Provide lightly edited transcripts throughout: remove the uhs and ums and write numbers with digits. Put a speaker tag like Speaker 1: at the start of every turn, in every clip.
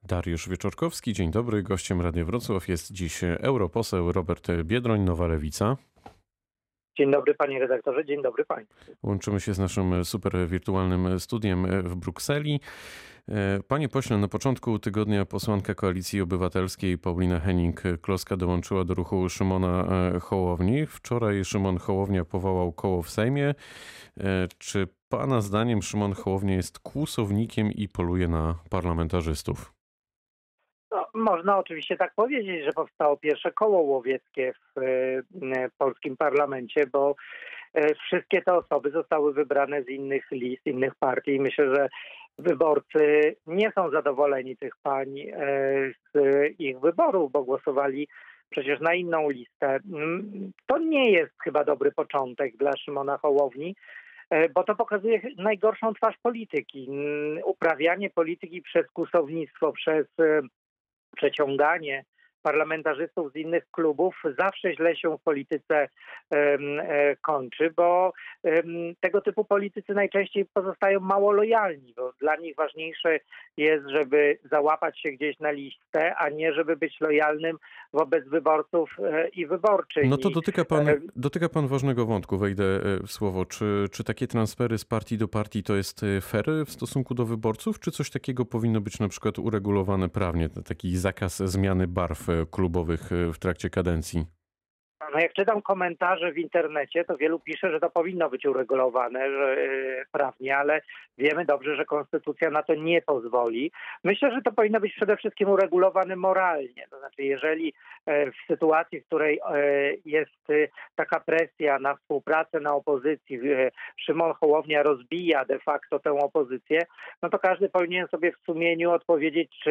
Speaker 1: Dariusz Wieczorkowski, dzień dobry. Gościem Radia Wrocław jest dziś europoseł Robert Biedroń, Nowa Lewica.
Speaker 2: Dzień dobry panie redaktorze, dzień dobry państwu.
Speaker 1: Łączymy się z naszym super wirtualnym studiem w Brukseli. Panie pośle, na początku tygodnia posłanka Koalicji Obywatelskiej Paulina Hennig-Kloska dołączyła do ruchu Szymona Hołowni. Wczoraj Szymon Hołownia powołał koło w Sejmie. Czy pana zdaniem Szymon Hołownia jest kłusownikiem i poluje na parlamentarzystów?
Speaker 2: No, można oczywiście tak powiedzieć, że powstało pierwsze koło łowieckie w polskim parlamencie, bo wszystkie te osoby zostały wybrane z innych list, innych partii i myślę, że wyborcy nie są zadowoleni tych pań z ich wyborów, bo głosowali przecież na inną listę. To nie jest chyba dobry początek dla Szymona Hołowni, bo to pokazuje najgorszą twarz polityki. Uprawianie polityki przez kłusownictwo, przez przeciąganie parlamentarzystów z innych klubów zawsze źle się w polityce kończy, bo tego typu politycy najczęściej pozostają mało lojalni, bo dla nich ważniejsze jest, żeby załapać się gdzieś na listę, a nie żeby być lojalnym wobec wyborców i wyborczyń.
Speaker 1: No to dotyka pan ważnego wątku, wejdę w słowo. Czy takie transfery z partii do partii to jest fair w stosunku do wyborców, czy coś takiego powinno być na przykład uregulowane prawnie, taki zakaz zmiany barw klubowych w trakcie kadencji?
Speaker 2: No jak czytam komentarze w internecie, to wielu pisze, że to powinno być uregulowane prawnie, ale wiemy dobrze, że konstytucja na to nie pozwoli. Myślę, że to powinno być przede wszystkim uregulowane moralnie. To znaczy, jeżeli w sytuacji, w której jest taka presja na współpracę na opozycji, Szymon Hołownia rozbija de facto tę opozycję, no to każdy powinien sobie w sumieniu odpowiedzieć,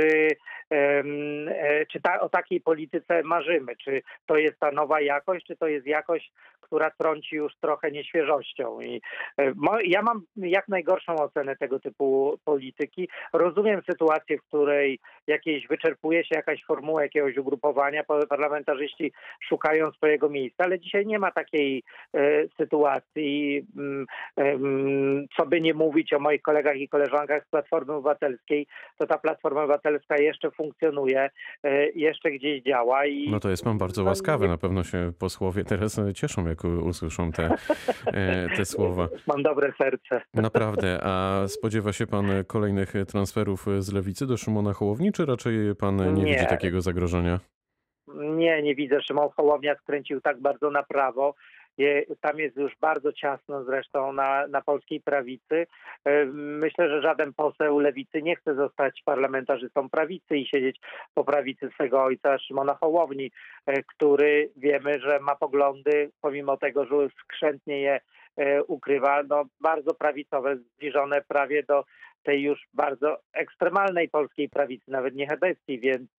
Speaker 2: czy o takiej polityce marzymy, czy to jest ta nowa jakość, czy to jest jakość, która trąci już trochę nieświeżością. I ja mam jak najgorszą ocenę tego typu polityki. Rozumiem sytuację, w której wyczerpuje się jakaś formuła jakiegoś ugrupowania, parlamentarzyści szukają swojego miejsca, ale dzisiaj nie ma takiej sytuacji. Co by nie mówić o moich kolegach i koleżankach z Platformy Obywatelskiej, to ta Platforma Obywatelska jeszcze funkcjonuje, jeszcze gdzieś działa.
Speaker 1: No to jest pan bardzo łaskawy, na pewno się posłowie teraz cieszą, jak usłyszą te słowa.
Speaker 2: Mam dobre serce.
Speaker 1: Naprawdę. A spodziewa się pan kolejnych transferów z Lewicy do Szymona Hołowni, czy raczej pan nie widzi takiego zagrożenia?
Speaker 2: Nie widzę. Szymon Hołownia skręcił tak bardzo na prawo. Tam jest już bardzo ciasno zresztą na polskiej prawicy. Myślę, że żaden poseł lewicy nie chce zostać parlamentarzystą prawicy i siedzieć po prawicy swego ojca Szymona Hołowni, który wiemy, że ma poglądy, pomimo tego, że skrzętnie je ukrywa, no bardzo prawicowe, zbliżone prawie do tej już bardzo ekstremalnej polskiej prawicy, nawet nie chebeckiej, więc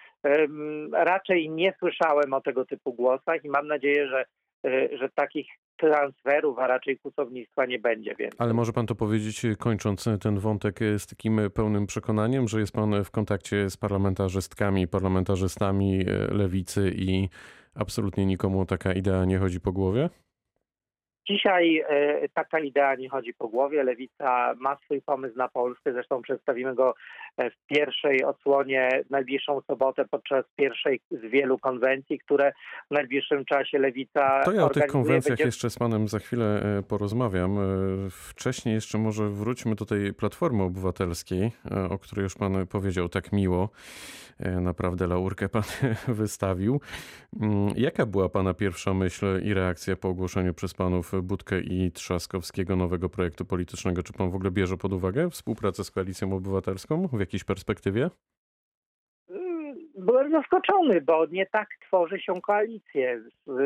Speaker 2: raczej nie słyszałem o tego typu głosach i mam nadzieję, że takich transferów, a raczej kłusownictwa nie będzie więcej.
Speaker 1: Ale może pan to powiedzieć, kończąc ten wątek, z takim pełnym przekonaniem, że jest pan w kontakcie z parlamentarzystkami, parlamentarzystami Lewicy i absolutnie nikomu taka idea nie chodzi po głowie?
Speaker 2: Dzisiaj taka idea nie chodzi po głowie. Lewica ma swój pomysł na Polskę. Zresztą przedstawimy go w pierwszej odsłonie w najbliższą sobotę podczas pierwszej z wielu konwencji, które w najbliższym czasie Lewica organizuje.
Speaker 1: To ja o tych konwencjach jeszcze z panem za chwilę porozmawiam. Wcześniej jeszcze może wróćmy do tej Platformy Obywatelskiej, o której już pan powiedział tak miło. Naprawdę laurkę pan wystawił. Jaka była pana pierwsza myśl i reakcja po ogłoszeniu przez panów Budkę i Trzaskowskiego nowego projektu politycznego? Czy pan w ogóle bierze pod uwagę współpracę z Koalicją Obywatelską w jakiejś perspektywie?
Speaker 2: Byłem zaskoczony, bo nie tak tworzy się koalicję.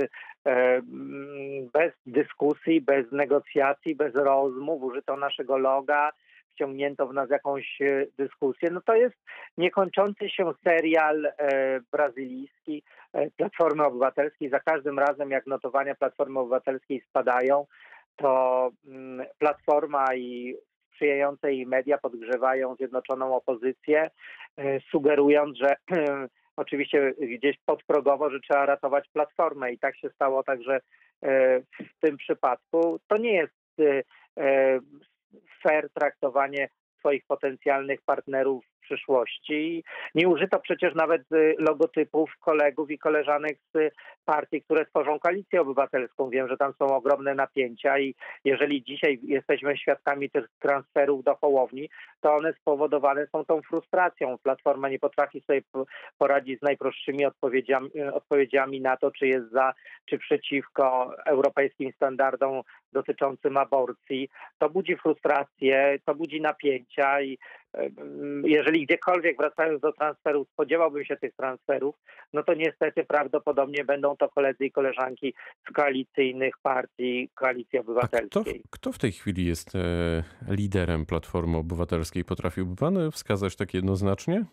Speaker 2: Bez dyskusji, bez negocjacji, bez rozmów, użyto naszego loga, wciągnięto w nas jakąś dyskusję. No to jest niekończący się serial brazylijski Platformy Obywatelskiej. Za każdym razem, jak notowania Platformy Obywatelskiej spadają, to Platforma i sprzyjające jej media podgrzewają zjednoczoną opozycję, sugerując, że oczywiście gdzieś podprogowo, że trzeba ratować Platformę i tak się stało także w tym przypadku. To nie jest fair traktowanie swoich potencjalnych partnerów przyszłości. Nie użyto przecież nawet logotypów kolegów i koleżanek z partii, które tworzą Koalicję Obywatelską. Wiem, że tam są ogromne napięcia i jeżeli dzisiaj jesteśmy świadkami tych transferów do Hołowni, to one spowodowane są tą frustracją. Platforma nie potrafi sobie poradzić z najprostszymi odpowiedziami na to, czy jest za, czy przeciwko europejskim standardom dotyczącym aborcji. To budzi frustrację, to budzi napięcia i jeżeli gdziekolwiek, wracając do transferów, spodziewałbym się tych transferów, no to niestety prawdopodobnie będą to koledzy i koleżanki z koalicyjnych partii Koalicji Obywatelskiej.
Speaker 1: Kto w tej chwili jest liderem Platformy Obywatelskiej? Potrafiłby pan wskazać tak jednoznacznie?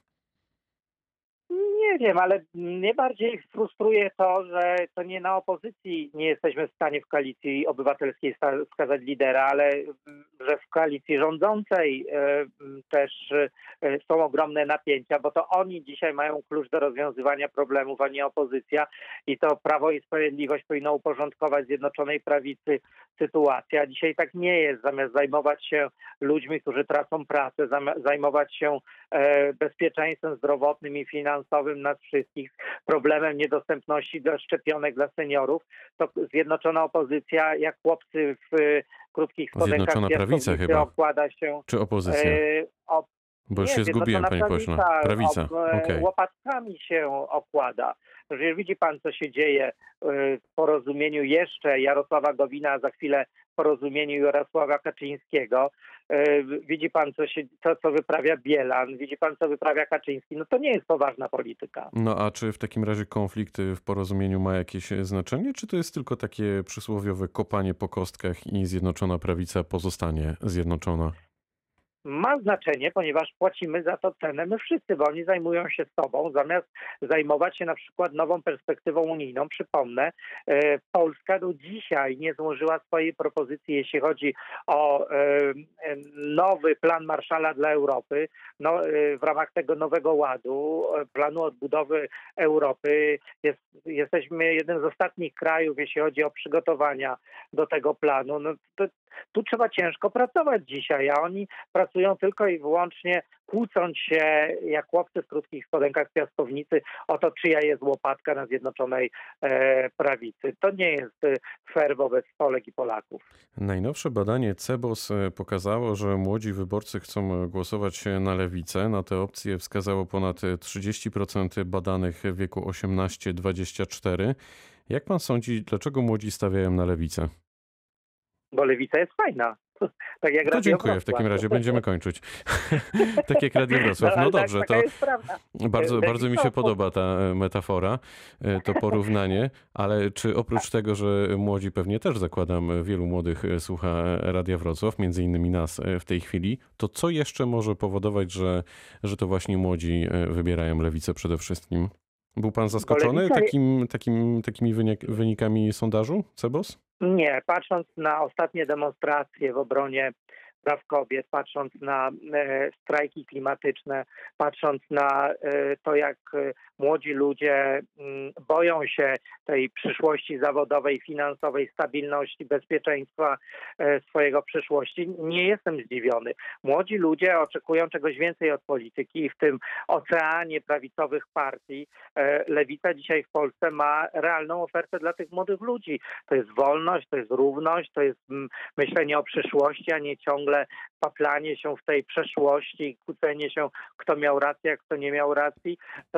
Speaker 2: Nie wiem, ale mnie bardziej frustruje to, że to nie na opozycji nie jesteśmy w stanie w Koalicji Obywatelskiej wskazać lidera, ale że w koalicji rządzącej też są ogromne napięcia, bo to oni dzisiaj mają klucz do rozwiązywania problemów, a nie opozycja i to Prawo i Sprawiedliwość powinno uporządkować Zjednoczonej Prawicy sytuację, a dzisiaj tak nie jest. Zamiast zajmować się ludźmi, którzy tracą pracę, zajmować się bezpieczeństwem zdrowotnym i finansowym nas wszystkich, problemem niedostępności do szczepionek dla seniorów, to zjednoczona opozycja, jak chłopcy w krótkich spodenkach
Speaker 1: Zjednoczona Prawica chyba.
Speaker 2: okłada się...
Speaker 1: Czy opozycja? Bo już się zgubiłem, panie pośle. Prawica. Okay.
Speaker 2: Łopatkami się okłada. Że widzi pan, co się dzieje w porozumieniu jeszcze Jarosława Gowina, a za chwilę w porozumieniu Jarosława Kaczyńskiego. Widzi pan, co wyprawia Bielan, widzi pan, co wyprawia Kaczyński. No to nie jest poważna polityka.
Speaker 1: No a czy w takim razie konflikt w porozumieniu ma jakieś znaczenie, czy to jest tylko takie przysłowiowe kopanie po kostkach i Zjednoczona Prawica pozostanie zjednoczona?
Speaker 2: Ma znaczenie, ponieważ płacimy za to cenę my wszyscy, bo oni zajmują się sobą, zamiast zajmować się na przykład nową perspektywą unijną. Przypomnę, Polska do dzisiaj nie złożyła swojej propozycji, jeśli chodzi o nowy plan Marshalla dla Europy. No, w ramach tego nowego ładu, planu odbudowy Europy, jesteśmy jednym z ostatnich krajów, jeśli chodzi o przygotowania do tego planu. No, tu trzeba ciężko pracować dzisiaj, a oni pracują tylko i wyłącznie kłócąc się jak chłopcy w krótkich spodenkach z piaskownicy o to, czyja jest łopatka na Zjednoczonej Prawicy. To nie jest fair wobec Polek i Polaków.
Speaker 1: Najnowsze badanie CEBOS pokazało, że młodzi wyborcy chcą głosować na lewicę. Na tę opcję wskazało ponad 30% badanych w wieku 18-24. Jak pan sądzi, dlaczego młodzi stawiają na lewicę?
Speaker 2: Bo lewica jest fajna. Tak jak
Speaker 1: to dziękuję, w takim razie będziemy kończyć. Tak jak Radio Wrocław. No dobrze, to bardzo mi się podoba ta metafora, to porównanie, ale czy oprócz tego, że młodzi pewnie też zakładam, wielu młodych słucha Radia Wrocław, między innymi nas w tej chwili, to co jeszcze może powodować, że to właśnie młodzi wybierają lewicę przede wszystkim? Był pan zaskoczony takimi wynikami sondażu CEBOS?
Speaker 2: Nie, patrząc na ostatnie demonstracje w obronie praw kobiet, patrząc na strajki klimatyczne, patrząc na to, jak młodzi ludzie boją się tej przyszłości zawodowej, finansowej, stabilności, bezpieczeństwa swojego przyszłości, nie jestem zdziwiony. Młodzi ludzie oczekują czegoś więcej od polityki i w tym oceanie prawicowych partii lewica dzisiaj w Polsce ma realną ofertę dla tych młodych ludzi. To jest wolność, to jest równość, to jest myślenie o przyszłości, a nie ciągle paplanie się w tej przeszłości, kłócenie się, kto miał rację, a kto nie miał racji.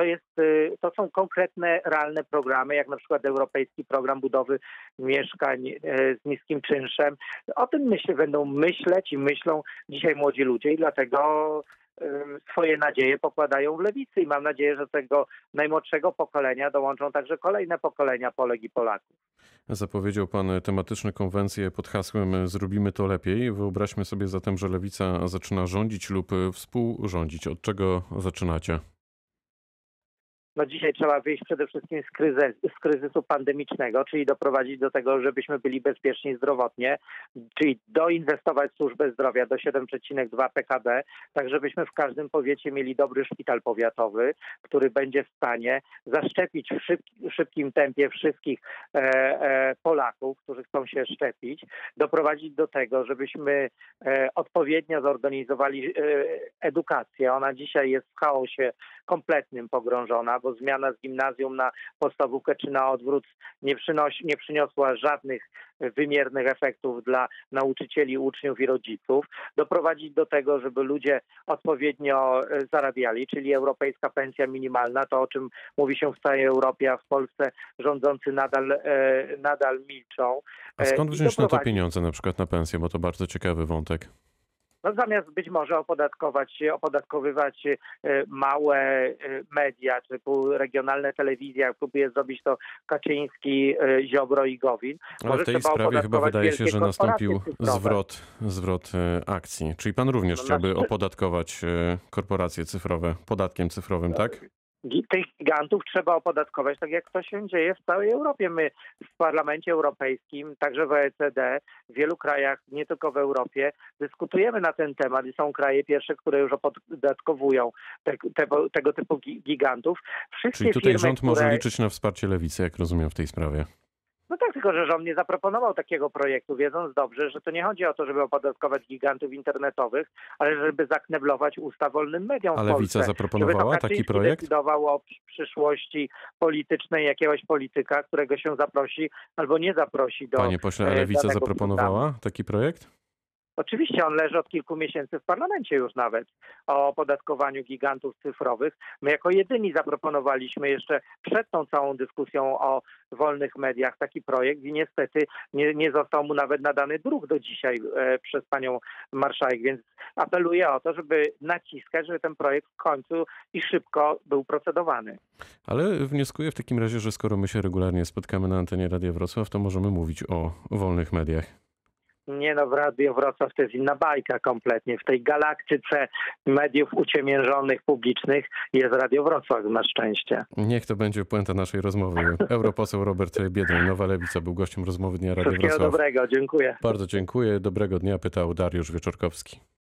Speaker 2: To są konkretne, realne programy, jak na przykład Europejski Program Budowy Mieszkań z niskim czynszem. O tym będą myśleć i myślą dzisiaj młodzi ludzie i dlatego swoje nadzieje pokładają w lewicy i mam nadzieję, że do tego najmłodszego pokolenia dołączą także kolejne pokolenia Polek i Polaków.
Speaker 1: Zapowiedział pan tematyczne konwencje pod hasłem Zrobimy to lepiej. Wyobraźmy sobie zatem, że lewica zaczyna rządzić lub współrządzić. Od czego zaczynacie?
Speaker 2: No dzisiaj trzeba wyjść przede wszystkim z kryzysu pandemicznego, czyli doprowadzić do tego, żebyśmy byli bezpieczni zdrowotnie, czyli doinwestować w służbę zdrowia do 7,2 PKB, tak żebyśmy w każdym powiecie mieli dobry szpital powiatowy, który będzie w stanie zaszczepić w szybkim tempie wszystkich Polaków, którzy chcą się szczepić, doprowadzić do tego, żebyśmy odpowiednio zorganizowali edukację. Ona dzisiaj jest w chaosie kompletnym pogrążona, bo zmiana z gimnazjum na podstawówkę czy na odwrót nie przyniosła żadnych wymiernych efektów dla nauczycieli, uczniów i rodziców. Doprowadzić do tego, żeby ludzie odpowiednio zarabiali, czyli europejska pensja minimalna, to o czym mówi się w całej Europie, a w Polsce rządzący nadal milczą.
Speaker 1: A skąd wziąć na to pieniądze, na przykład na pensję, bo to bardzo ciekawy wątek.
Speaker 2: No zamiast być może opodatkowywać małe media, typu regionalne telewizje, jak próbuje zrobić to Kaczyński, Ziobro i Gowin.
Speaker 1: Ale w tej sprawie chyba wydaje się, że nastąpił zwrot akcji. Czyli pan również chciałby opodatkować korporacje cyfrowe podatkiem cyfrowym, tak?
Speaker 2: Tych gigantów trzeba opodatkować, tak jak to się dzieje w całej Europie. My w Parlamencie Europejskim, także w OECD, w wielu krajach, nie tylko w Europie, dyskutujemy na ten temat i są kraje pierwsze, które już opodatkowują tego typu gigantów.
Speaker 1: Czyli tutaj rząd może liczyć na wsparcie lewicy, jak rozumiem, w tej sprawie.
Speaker 2: No tak, tylko że rząd nie zaproponował takiego projektu, wiedząc dobrze, że to nie chodzi o to, żeby opodatkować gigantów internetowych, ale żeby zakneblować usta wolnym mediom w Polsce.
Speaker 1: A Lewica zaproponowała taki projekt?
Speaker 2: Decydował o przyszłości politycznej jakiegoś polityka, którego się zaprosi albo nie zaprosi do...
Speaker 1: Panie pośle, a Lewica zaproponowała taki projekt?
Speaker 2: Oczywiście on leży od kilku miesięcy w parlamencie już nawet o opodatkowaniu gigantów cyfrowych. My jako jedyni zaproponowaliśmy jeszcze przed tą całą dyskusją o wolnych mediach taki projekt i niestety nie został mu nawet nadany druk do dzisiaj przez panią marszałek, więc apeluję o to, żeby naciskać, żeby ten projekt w końcu i szybko był procedowany.
Speaker 1: Ale wnioskuję w takim razie, że skoro my się regularnie spotkamy na antenie Radia Wrocław, to możemy mówić o wolnych mediach.
Speaker 2: Nie no, w Radio Wrocław to jest inna bajka kompletnie. W tej galaktyce mediów uciemiężonych, publicznych jest Radio Wrocław, na szczęście.
Speaker 1: Niech to będzie puenta naszej rozmowy. Europoseł Robert Biedroń, Nowa Lewica, był gościem rozmowy Dnia Radio Wrocław.
Speaker 2: Wszystkiego dobrego, dziękuję.
Speaker 1: Bardzo dziękuję, dobrego dnia, pytał Dariusz Wieczorkowski.